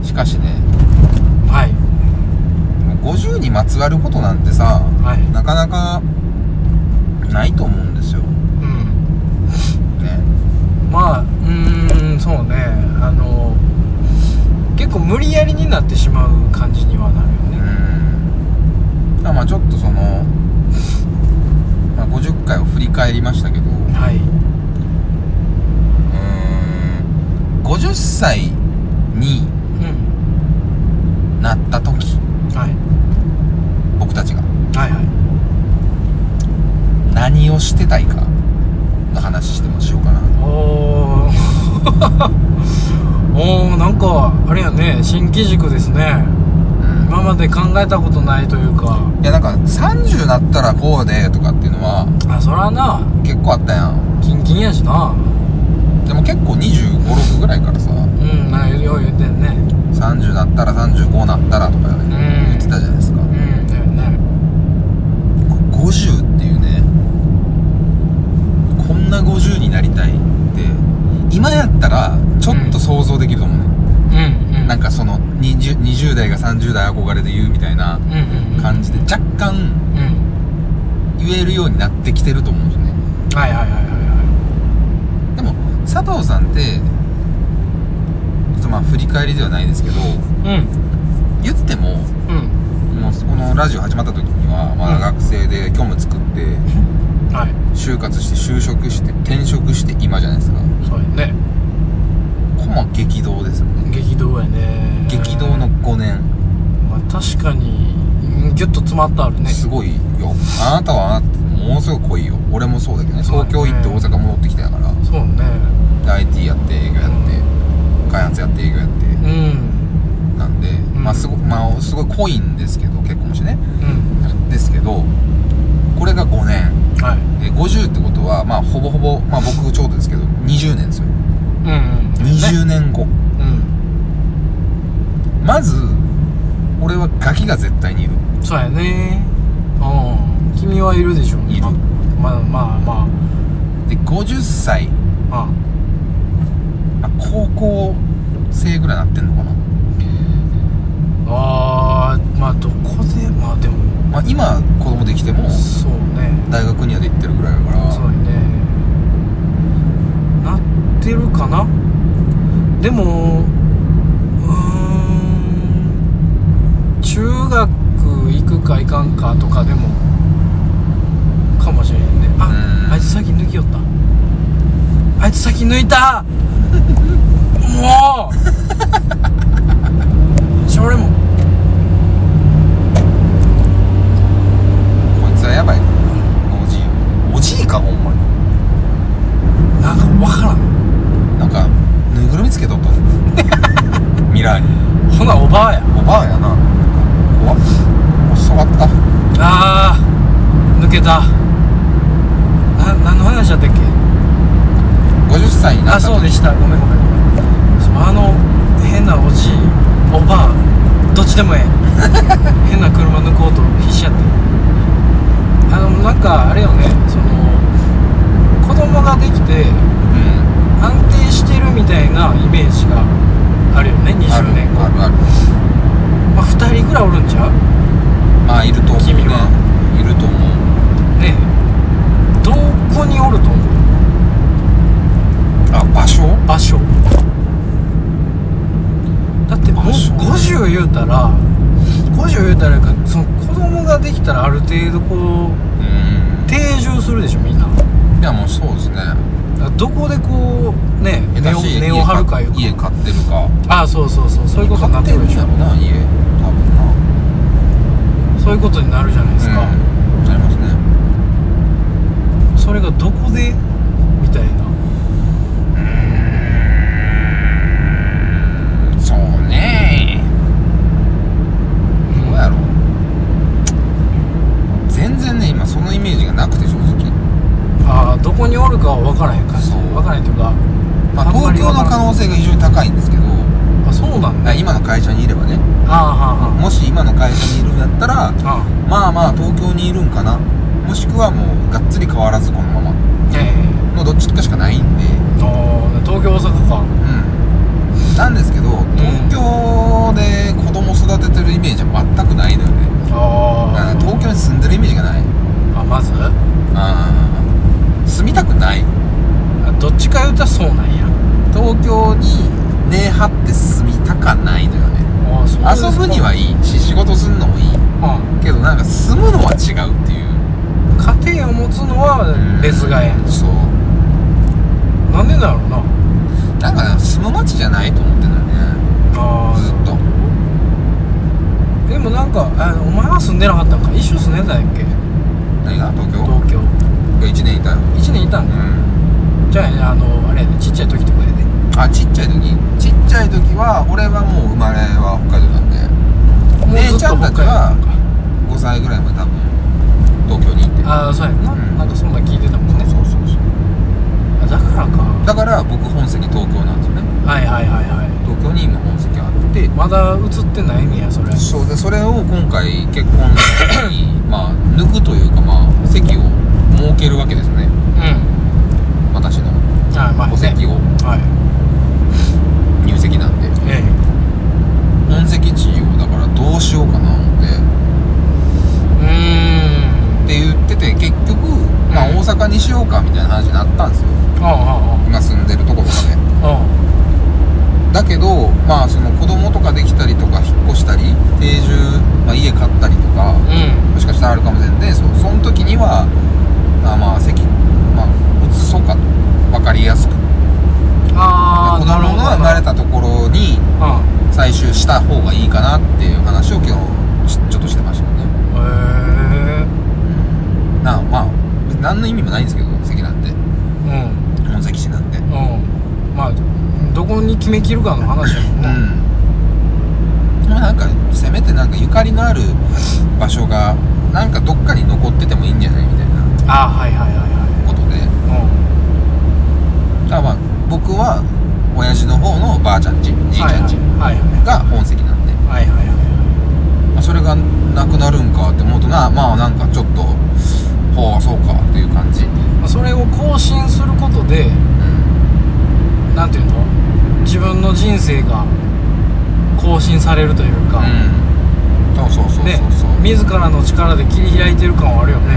しかしね、 はい、 50にまつわることなんてさ、 はい、 なかなかないと思うんですよ。ね。 まあそうね、結構無理やりになってしまう感じにはなるよね。 まあちょっとその、まあ、50回を振り返りましたけど、 はい、 50歳になった時、 はい、 僕たちがはいはい、 何をしてたいかの話してもしようかな。 おーなんかあれやね、新機軸ですね。今まで考えたことないというか。 いやなんか30なったらこうでとかっていうのはそらな、 結構あったやん。 キンキンやしな。 でも結構25、6ぐらいからさ、 なんかよう言うてんね。 30なったら35なったらとかね、言ってたじゃないですか。 だよね。 50っていうね、こんな50になりたいって今やったらちょっと想像できると思うね。なんかその 20代が30代憧れで言うみたいな感じで若干言えるようになってきてると思うんですよね。 はいはいはいはいはい。 でも佐藤さんってちょっとまあ振り返りではないですけど、言っても、もうこのラジオ始まった時にはまだ学生で虚無作って、 はい、 就活して就職して転職して今じゃないですか。 そうやね。 まあ激動ですよね。 激動やね。 激動の5年。 まあ確かにギュッと詰まってあるね。 すごいよ。あなたはものすごく濃いよ。俺もそうだけどね。東京行って大阪戻ってきたやから。 そうね。 で IT やって営業やって、開発やって営業やって、なんで、まあすごい濃いんですけど、結婚してね、ですけど、これが5年、 はい、 50ってことはまあほぼほぼ、まあ僕ちょうどですけど20年ですよ。20年後、まず俺はガキが絶対にいる。 そうやね。君はいるでしょ。 いる。 まあで50歳、高校生ぐらいなってんのかな。 まあどこで、まあでもまあ今子供できてもそうね、 大学にはで行ってるぐらいだから。 そうやね、なってるかな。でも中学行くか行かんかとかでもかもしれへんね。あいつ先抜きよった。あいつ先抜いたもう俺もこいつはやばい。おじいかほんまに。 なんかわからん。 なんかぬいぐるみつけとったぞミラーに。 ほなおばあや。 おばあやな。怖っ。教わった。 抜けた。何の話だったっけ。 50歳になった。 そうでした。ごめん変なおじいおばあどっちでもええ変な車抜こうと必死やって。なんかあれよね、その子供ができて、安定してるみたいなイメージがあるよね。20年後ある。 まあ2人ぐらいおるんちゃう。 まあいると思うね。 君はいると思うね。どこにおると思う。 場所だってもう 50言うたらその子供ができたらある程度こう定住するでしょみんな。 いやもうそうですね。 どこでこうね根を張るかいうか、 家買ってるか。 そういうことになってるでしょ。 買ってるんだろうな、家多分な。 そういうことになるじゃないですか。 なりますね。 それがどこでみたいな。 そうね。どうやろう。全然ね今そのイメージがなくて正直。 どこにおるかは分からへん感じ。分からへんというか、 まあ東京の可能性が非常に高いんですけど。 そうなんだ。 今の会社にいればね。もし今の会社にいるんやったら、まあ東京にいるんかな。もしくはもうがっつり変わらずこのままのどっちかしかないんで。 東京大阪か。 なんですけど東京るイメージは全くないのよね。だから東京に住んでるイメージがない。 まず住みたくない。 どっちか言うたらそうなんや。 東京に根張って住みたかないのよね。遊ぶにはいいし仕事するのもいい、けどなんか住むのは違うっていう。 家庭を持つのは別がえん。 そう。 なんでだろうな。 なんか住む街じゃないと思ってんだよね。ずっと。 でもなんかお前は住んでなかったんか。一緒住んでたんやっけ。 何が東京1年いたよ。 1年いたんか、じゃああれやで、ちっちゃい時とかやで。 ちっちゃい時は俺はもう生まれは北海道なんで、姉ちゃんたちは5歳ぐらいまで多分東京に行ってる。 そうやんな、なんかそんな聞いてたもんね。 そうだからか。 だから僕本籍東京なんですよね。 はい東京に今本籍あって、 まだ移ってないんやそれ。 そうで、それを今回結婚に抜くというか籍を設けるわけですね。私の戸籍を、入籍なんで、本籍地をだからどうしようかな思ってって言ってて、結局大阪にしようかみたいな話になったんですよ。今住んでるところとかで。だけどその子供とかできたりとか引っ越したり定住、家買ったりとか、もしかしたらあるかもしれんで、その時には籍移そうかと、分かりやすく。子供が生まれたところに採集した方がいいかなっていう話を今日ちょっとしてましたね。何の意味もないんですけど、籍なんて、本籍地なんで、 どこに決めきるかの話やもんね。 なんかせめてなんかゆかりのある場所がなんかどっかに残っててもいいんじゃないみたいなことで、だから僕は親父の方のばあちゃんち、じいちゃんちが本籍なんで、それがなくなるんかって思うとなんかちょっとそうかっていう感じ。 それを更新することで、なんていうの、自分の人生が更新されるというか、そう自らの力で切り開いてる感はあるよね。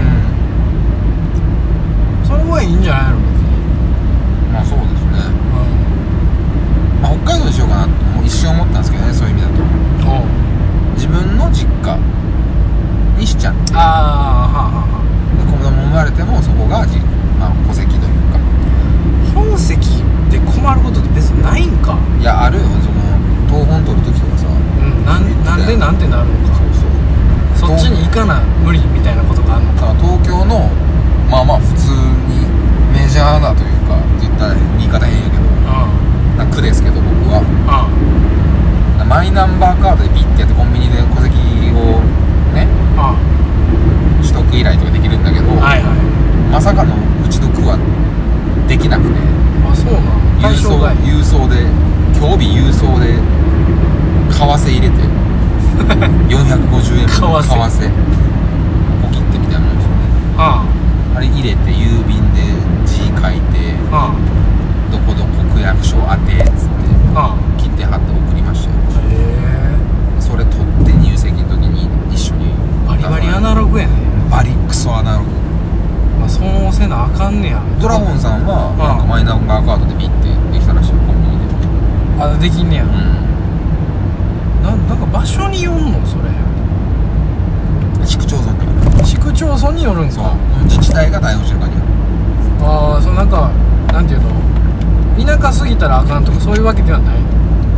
それはいいんじゃないの。 そうですね。北海道にしようかなと一瞬思ったんですけどね、そういう意味だと自分の実家にしちゃって、子供生まれてもそこが戸籍というか。 本籍で困ることって別にないんか。 いや、あるよ。その謄本取るときとかさ、 なんでなんてなるのか。そっちに行かな無理みたいなことがあるのか。 東京の普通にメジャーなというかって言ったら言い方変やけど、区ですけど僕はマイナンバーカードでピッてやってコンビニで戸籍をね取得依頼とかできるんだけど、まさかのうちの区はできなくて、 そうなの。 郵送で今日郵送で為替入れて450円分為替ポキってみたいなもんですよね。あれ入れて郵便で字書いて、どこどこ区役所宛てっつって切って貼って送りましたよ。それ取って入籍の時に一緒に。 バリバリアナログやね。 バリクソアナログ。 そうせなあかんねや。 ドラゴンさんはなんかマイナンバーカードでピッてできたらしいよ、コンビニで。 できんねや。なんか場所によんのそれ。 市区町村による。 市区町村によるんか。 自治体が対応してるかによる。 なんかなんていうの、田舎すぎたらあかんとかそういうわけではない。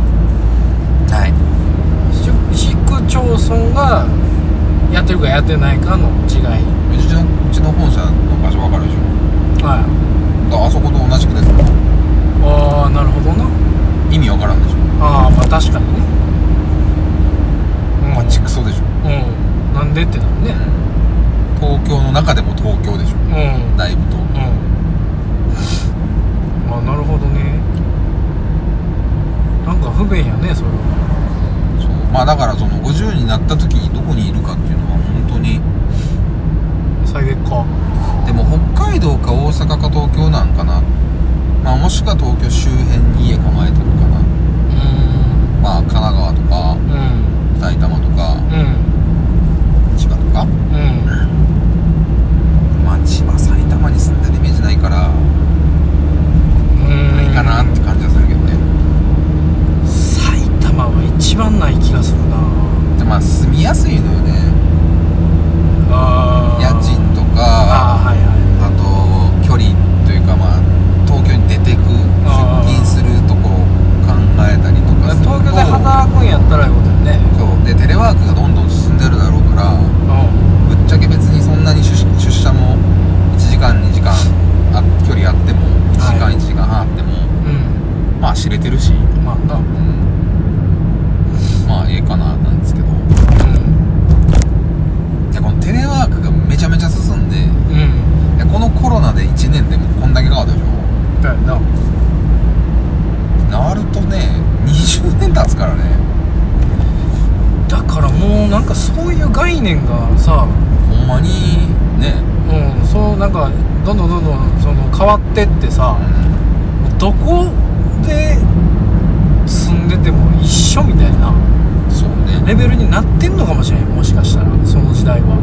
市区町村がやってるかやってないかの違い。 うちの本社の場所分かるでしょ。あそこと同じくですから。 なるほどな。 意味分からんでしょ。 確かにね。 バチクソでしょ。 なんでってなるね。 東京の中でも東京でしょ。だいぶと。 なるほどね。なんか不便やねそれは。 だからその50になった時にどこにいるかっていうのは本当に最悪か。 でも北海道か大阪か東京なんかな。もしくは東京周辺に家構えてるかな。神奈川とか、埼玉とかなって感じがするけどね。 埼玉は一番ない気がするな。 でまあ住みやすいのよね。家賃とか、 はいはい、 あと距離というか、まあ東京に出てく出勤するとこ考えたりとかすると、 東京で働くんやったらいうことよね。 そうでテレワークがどんどん進んでるだろうから、ぶっちゃけ別にそんなに出社も1時間2時間距離あっても1時間1時間半あっても、まあ知れてるし、まあな、まあええかななんですけど、でこのテレワークがめちゃめちゃ進んで、でこのコロナで1年でもこんだけ変わったでしょ。 だよな。 なるとね20年経つからね。 だからもうなんかそういう概念がさ、 ほんまにね、 そうなんかどんどんその変わってってさ、どこで住んでても一緒みたいな、 そうね、 レベルになってんのかもしれん。もしかしたらその時代は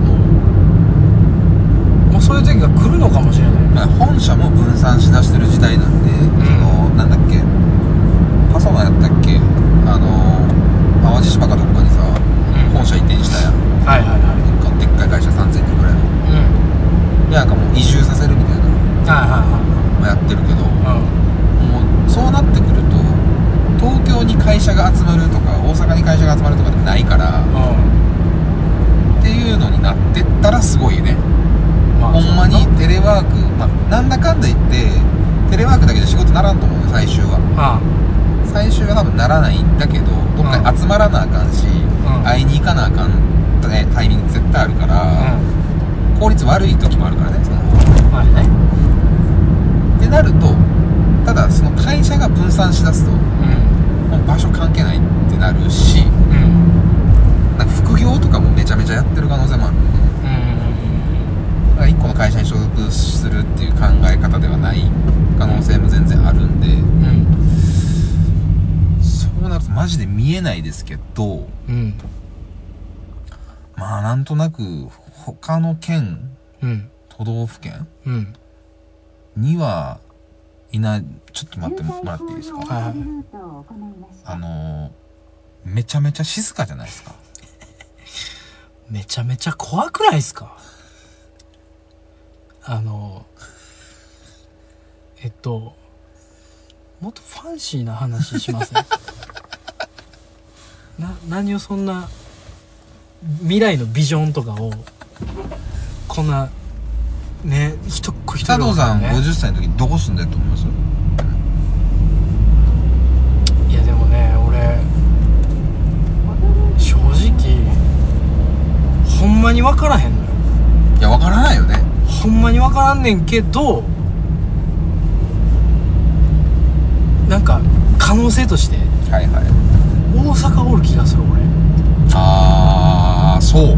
もうそういう時が来るのかもしれない。 本社も分散しだしてる時代なんで、なんだっけ、パソナやったっけ、淡路島かどっかにさ、本社移転したやん。 はいはいはい。 でっかい会社3000人ぐらいの。でなんかもう移住させるみたいな、やってるけど、もうそうなってくると東京に会社が集まるとか大阪に会社が集まるとかでもないから、っていうのになってったらすごいよね。ほんまにテレワーク、なんだかんだ言ってテレワークだけで仕事ならんと思うね、最終は。最終は多分ならないんだけど、どっかに集まらなあかんし、会いに行かなあかんね、タイミング絶対あるから、効率悪い時もあるからね、その方が。ってなると、ただその会社が分散しだすと、もう場所関係ないってなるし、なんか副業とかもめちゃめちゃやってる可能性もあるんで、一個の会社に所属するっていう考え方ではない可能性も全然あるんで、そうなるとマジで見えないですけど、まあなんとなく他の県、都道府県、にはいない。ちょっと待ってもらっていいですか。めちゃめちゃ静かじゃないですか。 めちゃめちゃ怖くないですか。もっとファンシーな話しません？何をそんな未来のビジョンとかをこんなね、一人佐藤さん50歳の時どこ住んでると思います？ いやでもね、俺正直ほんまに分からへんのよ。 いや分からないよね。 ほんまに分からんねんけど、なんか可能性として大阪おる気がする。俺そう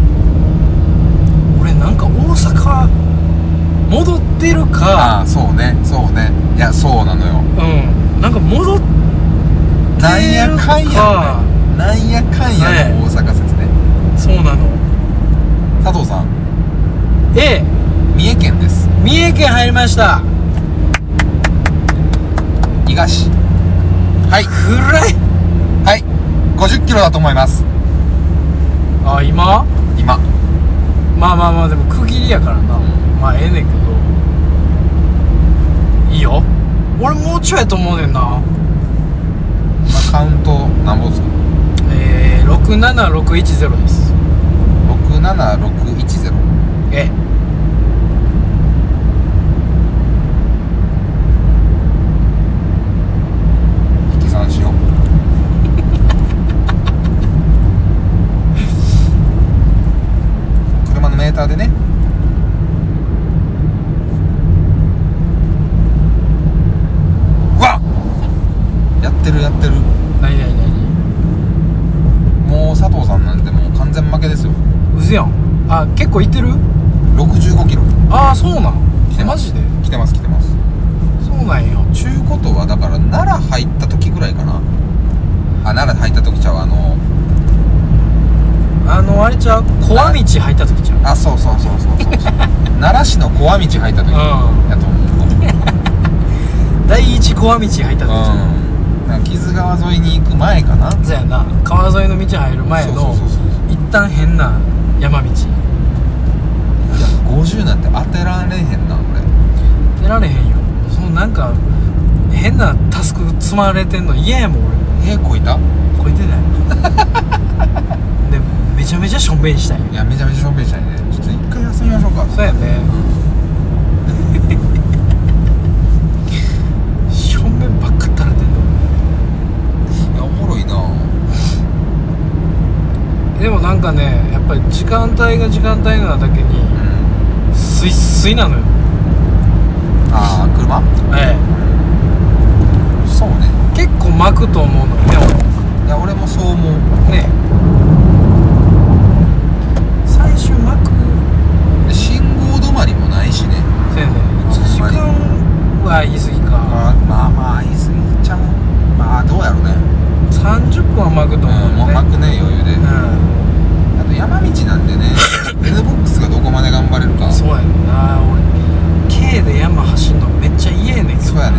俺なんか大阪戻ってるか。 そうねいやそうなのよ。 なんか戻ってるか、 なんやかんやの大阪説ね。 そうなの。 佐藤さん、三重県です。 三重県入りました。 伊賀市。はい、 暗い。 はい50キロだと思います。 今まあでも区切りやからな。まあええねんけど、いいよ。俺もうちょいやと思うねんな。 カウント何本ですか ？67610です。 67610。引き算しよう。車のメーターでね。うわっ、やってる。 何もう佐藤さんなんてもう完全負けですよ。 うずやん。結構いってる ？65キロ。 そうなん。 来てます。 マジで来てます。 そうなんよ。 ちゅうことはだから奈良入った時ぐらいかな。奈良入った時ちゃう、 あれちゃう、小道入った時ちゃう。 そう奈良市の小道入った時やと思う。 だ第一小道入った時じゃん。 なんか木津川沿いに行く前かな。 そうやな、川沿いの道入る前の一旦変な山道。 いや50なんて当てられへんな俺。 出られへんよ。そのなんか変なタスク積まれてんの嫌やもん俺。 こいた？ こいてないでめちゃめちゃしょんべんしたい。 いやめちゃめちゃしょんべんしたいね。ちょっと一回休みましょうか。 そうやね、しょんべんばっか垂れてんの。 いやおもろいな。 でもなんかね、やっぱり時間帯が時間帯なだけにスイスイなのよ。 ああ車？そうね。 結構巻くと思うのよねいや俺もそう思うね。最終巻く。 信号止まりもないしね。 そうやね。1時間は言い過ぎか。 まあ言い過ぎちゃう。まあどうやろうね。 30分は巻くと思うよね。 もう巻くね余裕で。 うん。 あと山道なんでねNボックスがどこまで頑張れるか。 そうやねんな。俺 K で山走んのめっちゃ嫌やねんけど。 そうやね。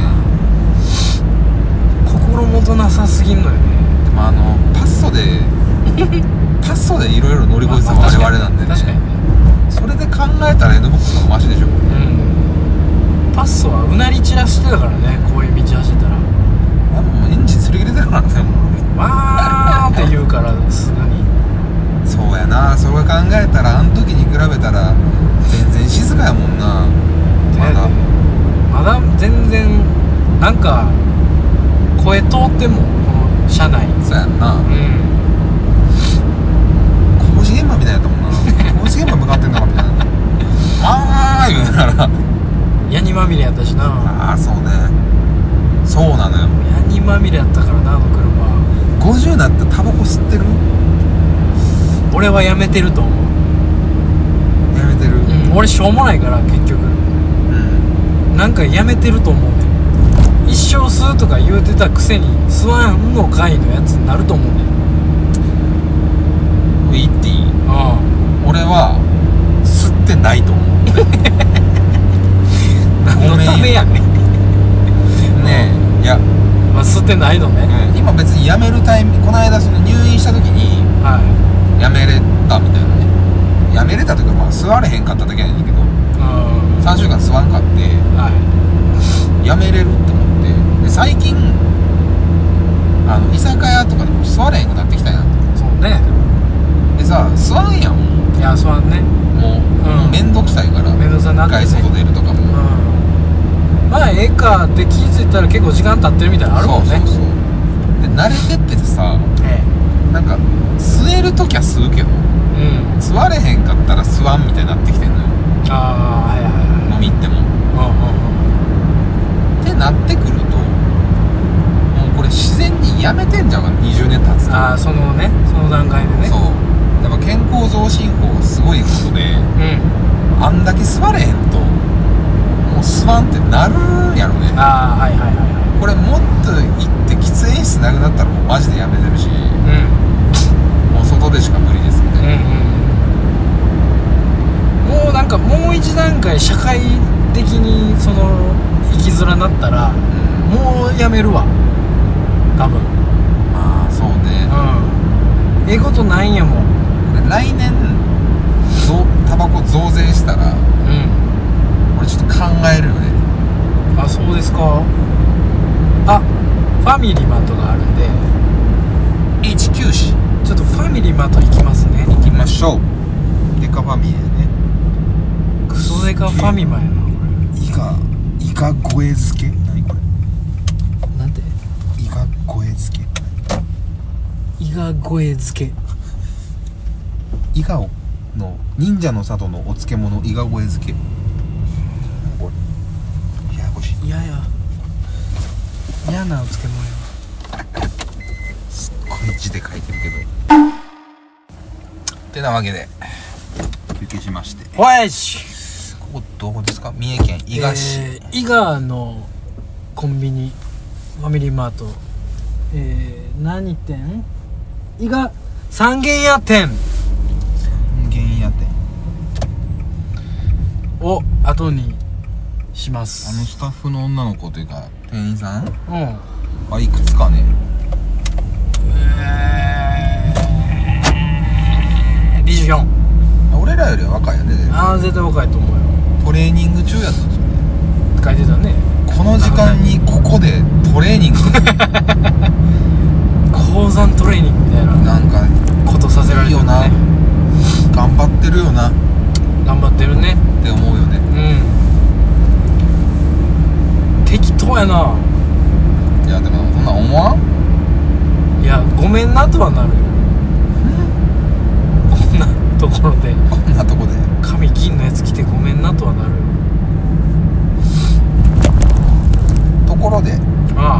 心もとなさすぎんのよね。 でもパッソでいろいろ乗り越えてた我々なんでね。 確かにね。 それで考えたら Nボックスの方がマシでしょ。 うん。パッソはうなり散らしてたからね、こういう道走ってたら。 もうエンジンすり切れてるからね。もうわーって言うからすぐに。 そうやな。それ考えたらあの時に比べたら全然静かやもんな。 まだ全然なんか声通ってもこの車内。 そうやんな。 うん。 工事現場みたいやったもんな。工事現場向かってんのかみたいな。あー言うならヤニまみれやったしな。 ああそうね。そうなのよ。 ヤニまみれやったからな、あの車。 50になってタバコ吸ってる？ 俺はやめてると思う。 やめてる。 うん、俺しょうもないから結局。なんかやめてると思うね。一生吸うとか言うてたくせに吸わんの会のやつになると思うね。 言っていい？ ああ。 俺は吸ってないと思う。 何のためやねん。 ねえ、いや、 まあ吸ってないのね。 今別に辞めるタイミング、この間その入院した時にはい。 辞めれたみたいなね。辞めれたというかまあ吸われへんかっただけやねんけど、3週間吸わんかってはい。 辞めれるって思って、で最近居酒屋とかでも吸われへんくなってきたやん。 そうね。 でさ、吸わんやんもう。 いや、そうね。 もうめんどくさいから。 めんどくさいなってね。 一回外出るとかも。 まあええかって気づいたら結構時間経ってるみたいなのあるもんね。 そうで慣れてってさ、なんか吸えるときは吸うけど、吸われへんかったら吸わんみたいになってきてんのよ。 ああ、はいはいはい。 飲み行っても。ってなってくると、もうこれ自然にやめてんじゃんか、20年経つと。 ああ、そのね、その段階でね。 そう。やっぱ健康増進法すごいことで、あんだけ吸われへんともう吸わんってなるんやろね。 ああ、はいはいはいはい。 これもっと行って喫煙室なくなったらもうマジでやめてるし、もう外でしか無理ですみたいな。 もうなんかもう一段階社会的にその生きづらなったら、もうやめるわ多分。 まあそうね。 ええことないんやもん。 来年タバコ増税したら、俺ちょっと考えるよね。 あ、そうですか。あ、ファミリーマートがあるんで、 HQ 市ちょっとファミリーマート行きますね。 行きましょう。デカファミリーでね。 クソデカファミマやなこイカゴエ漬け。何これ。 れ。なんて？ イカゴエ漬け。 イガゴエ漬け。 伊賀の忍者の里のお漬物、伊賀越え漬け。これややこしい。 いや嫌なお漬物やわ。 すっごい字で書いてるけど。てなわけで休憩しまして。 おいし。 ここどこですか？三重県伊賀市。 伊賀のコンビニファミリーマート、何店？伊賀三軒屋店原野店を後にします。 スタッフの女の子というか店員さん、 うん、 いくつかね。 24。 俺らよりは若いよね。 ああ絶対若いと思うよ。 トレーニング中やったんですよね。 書いてたね。 この時間にここでトレーニング高山トレーニングみたいななんかことさせられてるね。 いいよな、頑張ってるよな頑張ってるねって思うよね。 うん。適当やな。 いやでもそんな思わん。 いやごめんなとはなるよ。こんなところでこんなとこで髪銀のやつ着てごめんなとはなるよ。 ところで、 ああ、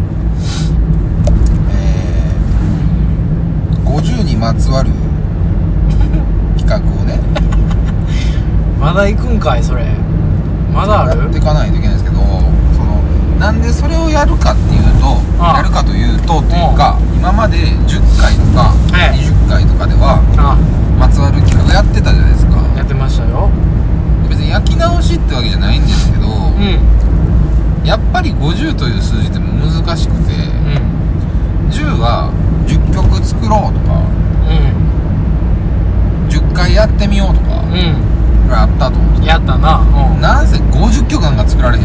50にまつわる企画をねまだ行くんかいそれ。まだある。 やっていかないといけないんですけど、なんでそれをやるかっていうと、やるかというとっていうか、今まで10回とか20回とかではまつわる企画やってたじゃないですか。 やってましたよ。 別に焼き直しってわけじゃないんですけど、 うん、 やっぱり50という数字って難しくて、10は10曲作ろうとか、10回やってみようとか、あったと思う。 やったな。 なんせ50曲なんか作られへんし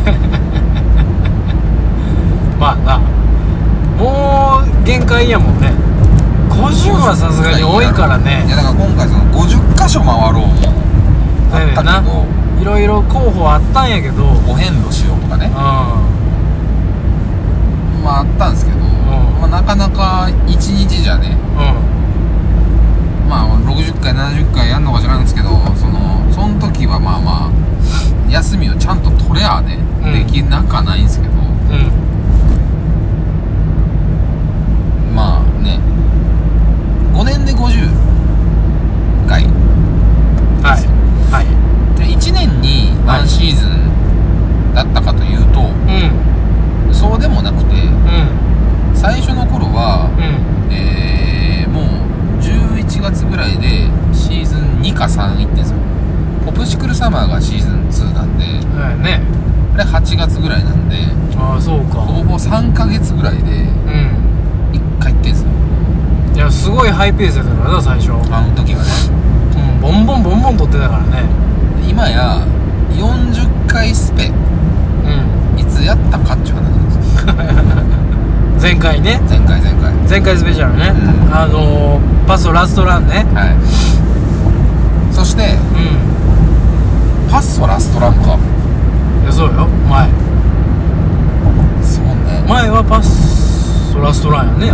まあな、もう限界やもんね。50はさすがに多いからね。 いやだから今回その50箇所回ろうもあったけど、 いろいろ候補あったんやけど、 お遍路しようとかね、まああったんですけど、まあ、なかなか1日じゃね、まあ60回70回やんのか知らんですけど、その時はまあまあ休みをちゃんと取れゃね、できなかないんですけど、まあね、5年で50回、 はいはい。 で1年に何シーズンだったかというと、そうでもなくて、最初の頃は、もう11月ぐらいでシーズン2か3いってんですよ。ポプシクルサマーがシーズン2なんで、 ね、 あれ8月ぐらいなんで、 ああそうか、 ほぼ3ヶ月ぐらいで1回行ってんすよ。 いやすごいハイペースやったからな最初。 あの時はね、 ボンボンボンボン撮ってたからね。 今や40回スペ、いつやったかっちゅう話なんですよ前回ね、前回スペシャルね、パストラストランね。 はい。そして、パッソラストランか。 いやそうよ、 そうね、 前はパストラストランやね。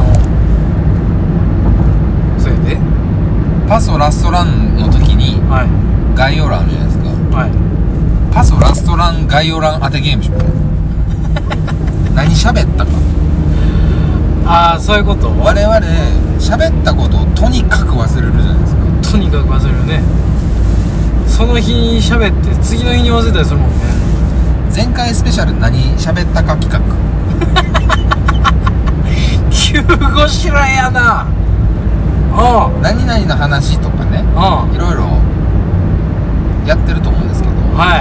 それでパソラストランの時に、概要欄あるじゃないですか。パソラストラン概要欄当てゲームしよう。何喋ったか。 ああそういうこと。 我々喋ったことをとにかく忘れるじゃないですか。 とにかく忘れるね。その日に喋って次の日に忘れたりするもんね。 前回スペシャル何喋ったか企画急ごしらえやな。 何々の話とかね、いろいろやってると思うんですけど、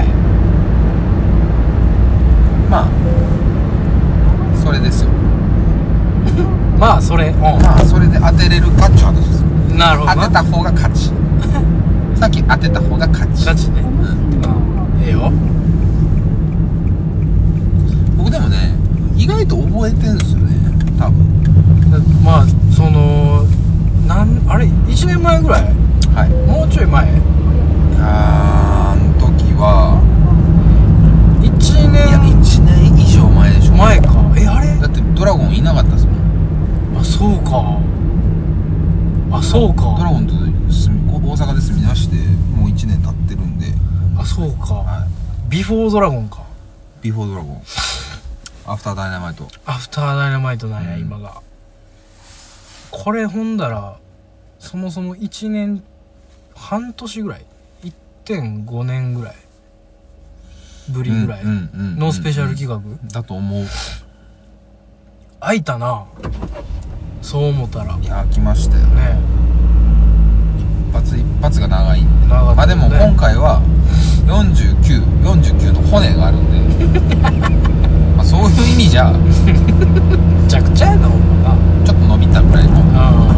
まあそれですよまあそれ、 まあそれで当てれるかっちゅう話ですよ。 なるほどな。 当てた方が勝ちさっき当てた方が勝ち。 勝ちね。ええよ。 僕でもね、意外と覚えてんですよね、多分。 まああれ1年前ぐらい、もうちょい前。 あの時は 1年、 いや1年以上前でしょ。 前か。あれだってドラゴンいなかったっすもん。 そうか。 ドラゴンと大阪で住み出してもう1年経ってるんで。 そうか、ビフォードラゴンか。 ビフォードラゴン、アフターダイナマイト。 アフターダイナマイトなんや、今が。これほんだらそもそも1年半年ぐらい 1.5 年ぐらいぶりぐらいのスペシャル企画だと思う。 空いたな、そう思ったら。 いや来ましたよね。 一発が長いんで。 長かったね。 まあでも今回は49の骨があるんでまあそういう意味じゃめちゃくちゃやなほんまな。 ちょっと伸びたぐらいの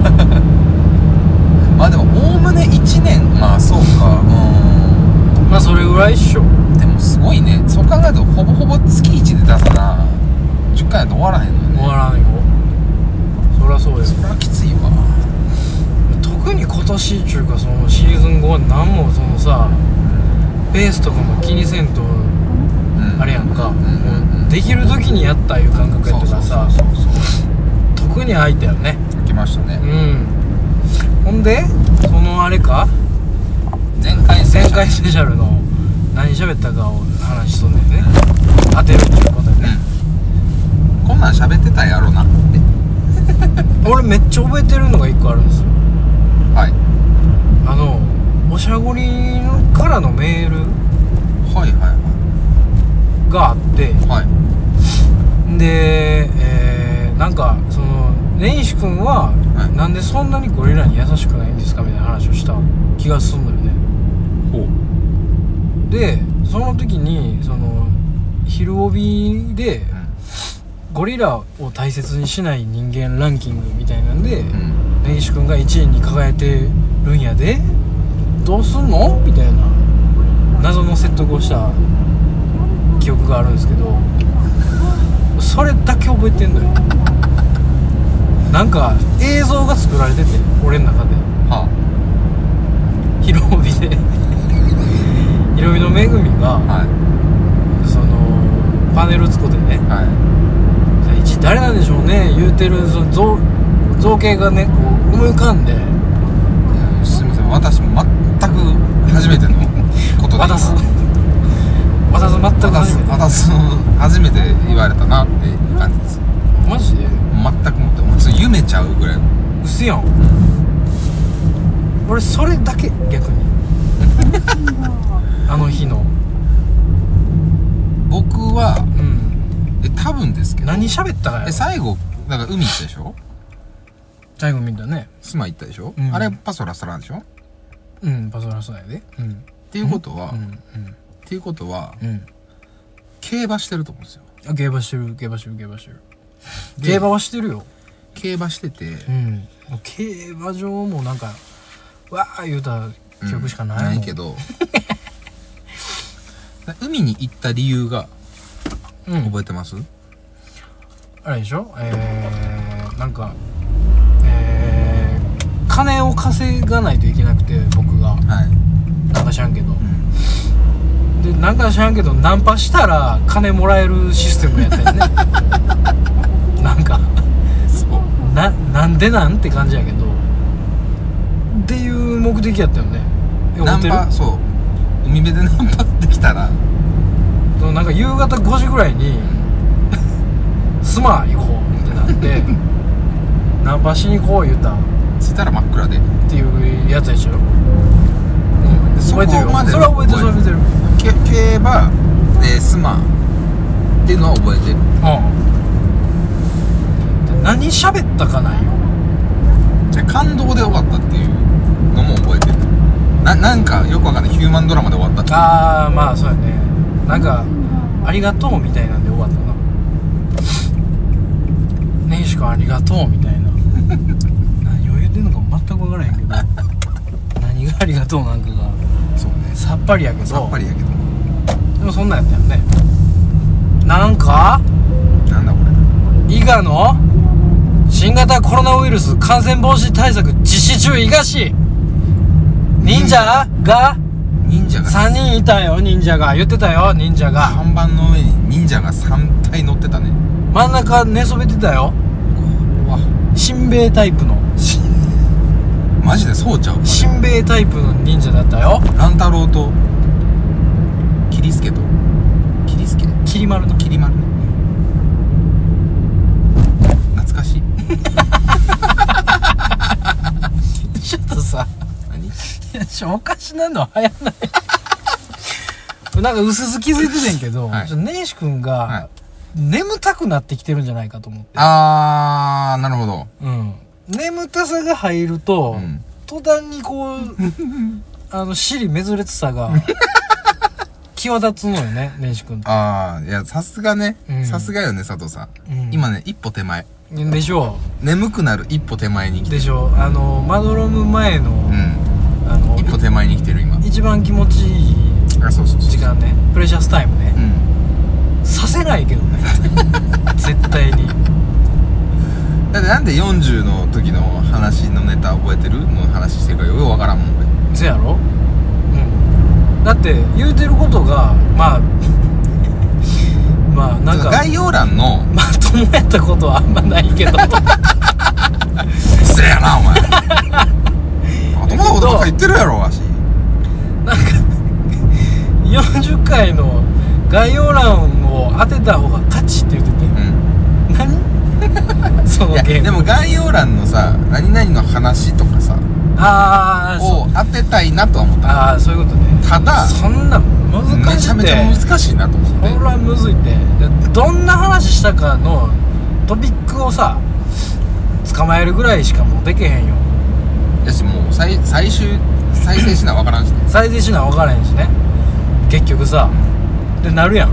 まあでもおおむね1年、まあそうか、 まあそれぐらいっしょ。 でもすごいね。そう考えるとほぼほぼ月1で出さな10回だと終わらへんのよね。 終わらんよ。そりゃそうよ。 それはきついわ。 特に今年っていうかそのシーズン後は何もそのさペースとかも気にせんと、あれやんか、もうできる時にやったいう感覚やったからさ、特に空いたよね。 空きましたね。 ほんでそのあれか前回スペシャルの何喋ったかを話しとんねんね。当てるっていうことでね、 こんなん喋ってたやろなって俺めっちゃ覚えてるのが1個あるんですよ。 はい。 おしゃごりからのメールはいはいがあってはいで、なんかその根岸君は、なんでそんなにゴリラに優しくないんですかみたいな話をした気がするのよね。 ほうでその時にその昼帯で、ゴリラを大切にしない人間ランキングみたいなんで、根岸君が1位に輝いてるんやで、どうすんのみたいな謎の説得をした記憶があるんですけど、それだけ覚えてんのよ。なんか映像が作られてて俺の中で、昼帯で昼帯のめぐみが、そのパネル使ってね、1位誰なんでしょうね言うてるその造形がねこう思い浮かんで、 すみません、私も全く初めてのことで渡す全く初めて初めて言われたなっていう感じです。 マジで全くもってそれ夢ちゃうぐらいの。 うせやん、俺それだけ逆にあの日の僕は、多分ですけど何喋ったかやろ。 最後だから海行ったでしょ。 最後見たね。 スマ行ったでしょ、 あれパソラスラでしょ。 パソラスラやで。 っていうことは、競馬してると思うんですよ。 競馬してる競馬はしてるよ。 競馬してて、 競馬場もなんかわー言うた記憶しかないもん、 ないけど海に行った理由が覚えてます？ あれでしょ、なんか金を稼がないといけなくて僕が、なんか知らんけど、でなんか知らんけどナンパしたら金もらえるシステムやったよねなんかそうなんでなんって感じやけどっていう目的やったよね。 ナンパ、そう海辺でナンパできたらなんか夕方5時ぐらいにスマ行こうってなってナンパしに行こう言うた着いたら真っ暗でっていうやつでしょ。覚えてるよ。それは覚えてる。 競馬でスマっていうのは覚えてる。 何喋ったかなんよ。 じゃ感動で終わったっていうのも覚えてる。なんかよくわかんないヒューマンドラマで終わったって。 ああまあそうやね。なんかありがとうみたいなんで終わったな。ねえしかありがとうみたいな何を言ってんのか全く分からへんけど何がありがとうなんかがそうね、 さっぱりやけどさっぱりやけどでもそんなんやったよね。なんかなんだこれ、 伊賀の新型コロナウイルス感染防止対策実施中伊賀市忍者が3人いたよ。忍者が言ってたよ。忍者が看板の上に忍者が3体乗ってたね。 真ん中寝そべってたよ。しんべヱタイプのマジでそうちゃう。 しんべヱタイプの忍者だったよ。 乱太郎とキリスケときり丸ね。 懐かしいちょっとさ何おかしなの流行んないなんか薄々気づいててんけど、根岸くんが、眠たくなってきてるんじゃないかと思って。 なるほど。 眠たさが入ると、途端にこう尻滅裂さが際立つのよね、根岸君って。 ああ、いや、さすがね、 うんさすがよね、佐藤さん。 うん今ね、一歩手前。 でしょ眠くなる一歩手前に来てる。 でしょまどろむ前の、 うん。一歩手前に来てる、今。 一番気持ちいいあ、そうそうそう。 時間ね、プレシャスタイムね、させないけどね絶対に。 だってなんで40の時の話のネタ覚えてるの話してるかよくわからんもん俺。 せやろ。だって言うてることがまあまあなんか概要欄のまともやったことはあんまないけど失礼やなお前まともなことばっか言ってるやろわし。 なんか40回の概要欄を当てた方が勝ちって言ってて、何そのゲーム。 でも概要欄のさ何々の話とかさを当てたいなとは思った。 ああ、そういうことね。 ただそんな難しいって、 めちゃめちゃ難しいなと思って。 これはむずいって。どんな話したかのトピックをさ捕まえるぐらいしかもうできへんよ。 やしもう再生しな分からんしね再生しな分からへんしね結局さ。でなるやん。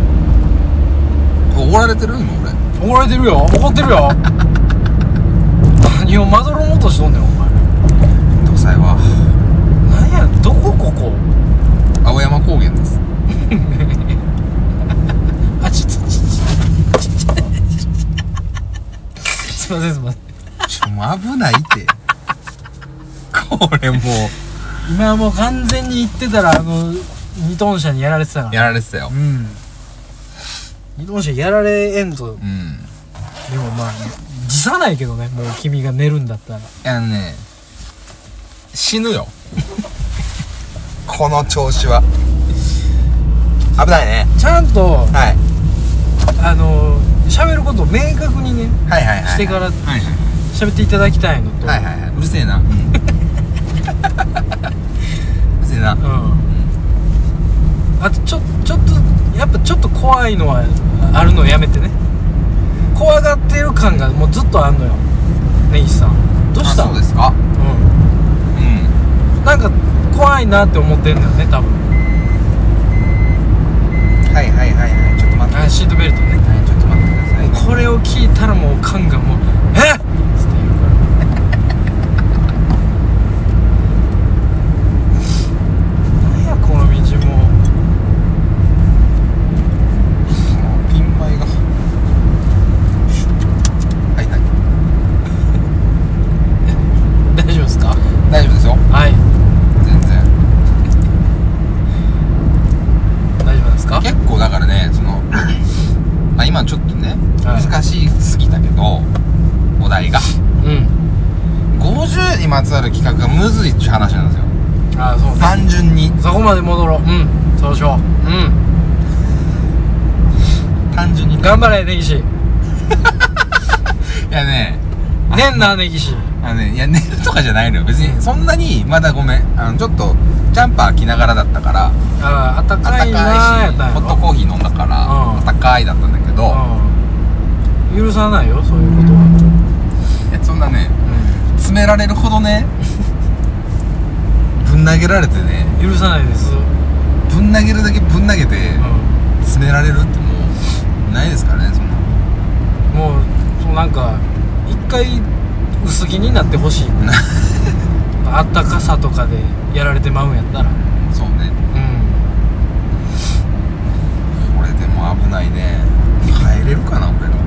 怒られてる今俺。 怒られてるよ、怒ってるよ何をまどろもうとしとんねんお前。 どうさいは何や、どこここ青山高原です。 あ、ちょっとすいませんすいません。 もう危ないってこれもう今はもう完全に言ってたら二トン車にやられてたから。 やられてたよ。 二トン車やられんと。でもまあ辞さないけどね、もう君が寝るんだったら。 死ぬよこの調子は危ないね。 ちゃんとはい喋ることを明確にねしてから喋っていただきたいのと、 うるせえなうるせえな。 あとちょっとやっぱちょっと怖いのはあるのやめてね。怖がってる感がもうずっとあんのよ根岸さん。どうした？ そうですか。 なんか怖いなって思ってんだよね多分。 ちょっと待って。 シートベルトね。 ちょっと待ってください。 これを聞いたらもうカンがもう「えっ!」って言うから何やこの道もう。 ピンマイが大丈夫ですか？ 大丈夫ですよ。 はい全然大丈夫ですか？ 結構だからねまあ今ちょっとね、難しすぎたけどお題が50にまつわる企画がむずいっていう話なんですよ。 ああそうね。 単純にそこまで戻ろう。そうしよう。 単純に頑張れ根岸。 いやねねんな根岸。 いや寝るとかじゃないのよ別に。そんなにまだごめんちょっとジャンパー着ながらだったから、 あったかいなーやったんやろ。 ホットコーヒー飲んだからあったかいだったんだけど、 許さないよそういうことは。 いやそんなね詰められるほどねぶん投げられてね、 許さないです。 ぶん投げるだけぶん投げて詰められるってもうないですからねそんな。 もうそうなんか一回薄着になってほしいあったかさとかでやられてまうんやったら。 そうね。これでも危ないね。帰れるかな俺ら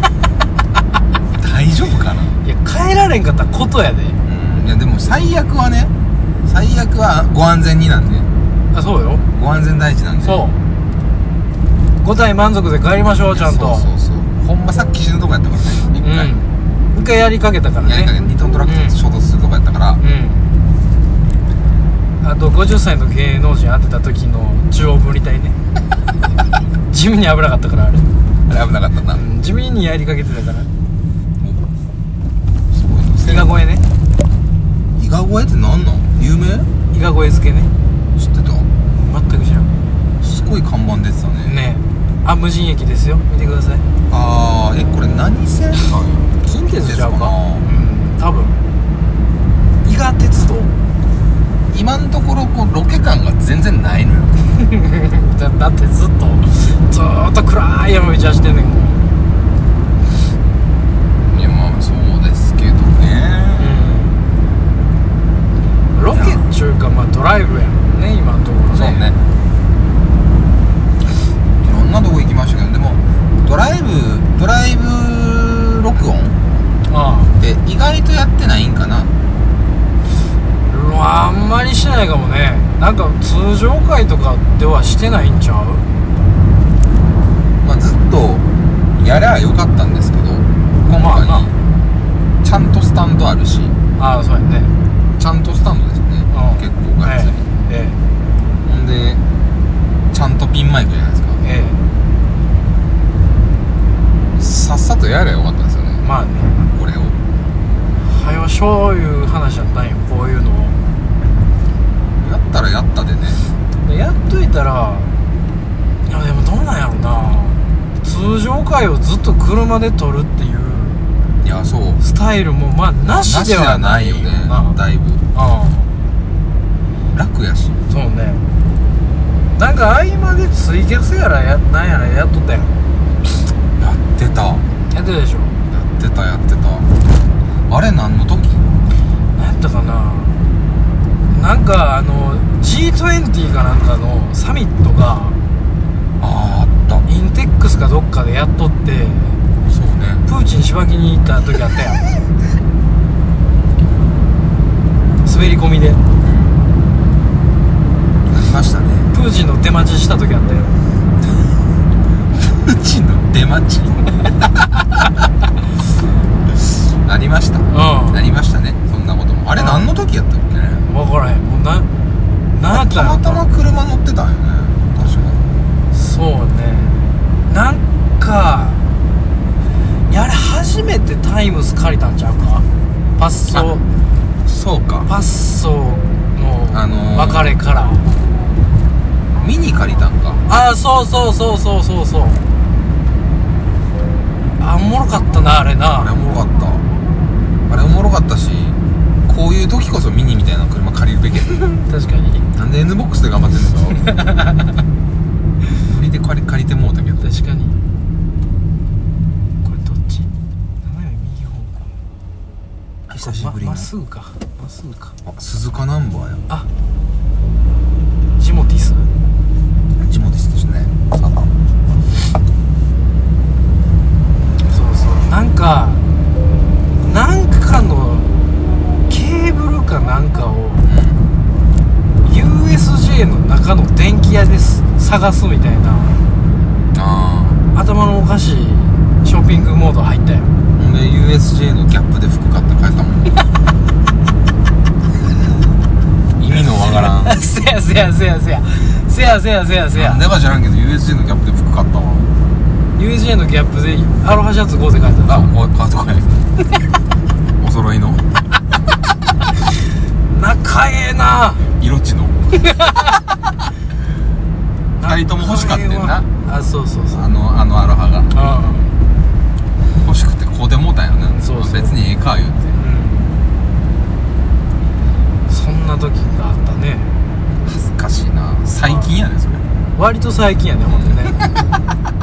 大丈夫かな。 いや帰られんかったらことやで。 いやでも最悪はご安全になんで。 あ、そうよ。 ご安全第一なんで。 そう5体満足で帰りましょう。ちゃんと。 そうほんまさっき死ぬとこやったからね。 一回やりかけたからね。 2トントラックと衝突するとこやったから。 あと50歳の芸能人当てた時の中央分離帯ね地味に危なかったからあれ危なかったな。 地味にやりかけてたから。 すごいの。 伊賀越えね。 伊賀越えって何なん有名？ 伊賀越え漬けね。 知ってた？ 全く知らん。 すごい看板出てたね。 ねえ、あ、無人駅ですよ、見てください。 これ何線なんや。 近鉄ちゃうか。多分伊賀鉄道。今のところロケ感が全然ないのよだってずっと暗い山道走ってんねんもん。 いやまあそうですけどね、 ロケっていうかまあドライブやもんね今のところね。 そうね、いろんなとこ行きましたけど、でもドライブ録音って意外とやってないんかな。 あんまりしてないかもね。なんか通常回とかではしてないんちゃう。 まあずっとやりゃよかったんですけど、今回ちゃんとスタンドあるし、 ああそうやね、 ちゃんとスタンドですね、結構がっつり、ほんでちゃんとピンマイクじゃないですか、さっさとやればよかったんですよね。 まあね、 これをはよしょういう話だったんよ、こういうのをやったらやったでね。 でやっといたら、いやでもどうなんやろな、通常回をずっと車で撮るっていう、 いやそうスタイルもまあなしではないよね、 だいぶ楽やし。 そうね、なんか合間でツイキャスやらなんやらやっとったやん。 やってたやってたでしょ。 やってたあれ何の時何やったかな、なんかG20 かなんかのサミットがあったインテックスかどっかでやっとって、 そうね、 プーチンしばきに行った時あったやん滑り込みでありましたね。 プーチンの出待ちした時あったよ。 プーチンの出待ちありました、ありましたね、そんなことも。あれ何の時やったっけね、 分からへん。もうなんやったらたまたま車乗ってたんよね、確か。 そうね、なんかやれ初めてタイムス借りたんちゃうか。パッソそうか、 の別れからミニ借りたんか。 ああそうあ、おもろかったなあれな。 あれおもろかったし、こういう時こそミニみたいな車借りるべきや確かになんで N ボックスで頑張ってんのか無理で借りてもうたけど。 確かに。これどっち？斜め右方向。 久しぶりのまっすぐか。 あ、鈴鹿ナンバーや。 あ、ジモティスですね。 そうなんかのケーブルかなんかを USJ の中の電気屋で探すみたいな、頭のおかしいショッピングモード入ったよ。 ほんで USJ のギャップで服買って帰ったもん意味のわからんせやなんでか知らんけど USJ のギャップで服買ったわ。 USJ のギャップでアロハシャツ5で買ったの。 カート買えお揃いの仲ええな。 色地の2人とも欲しかったんな。 あ、そうあのアロハが欲しくてこうでもうたんやな。 そう別にええか言うて、 そんな時があったね。 恥ずかしいな。最近やねそれ。 割と最近やねほんでね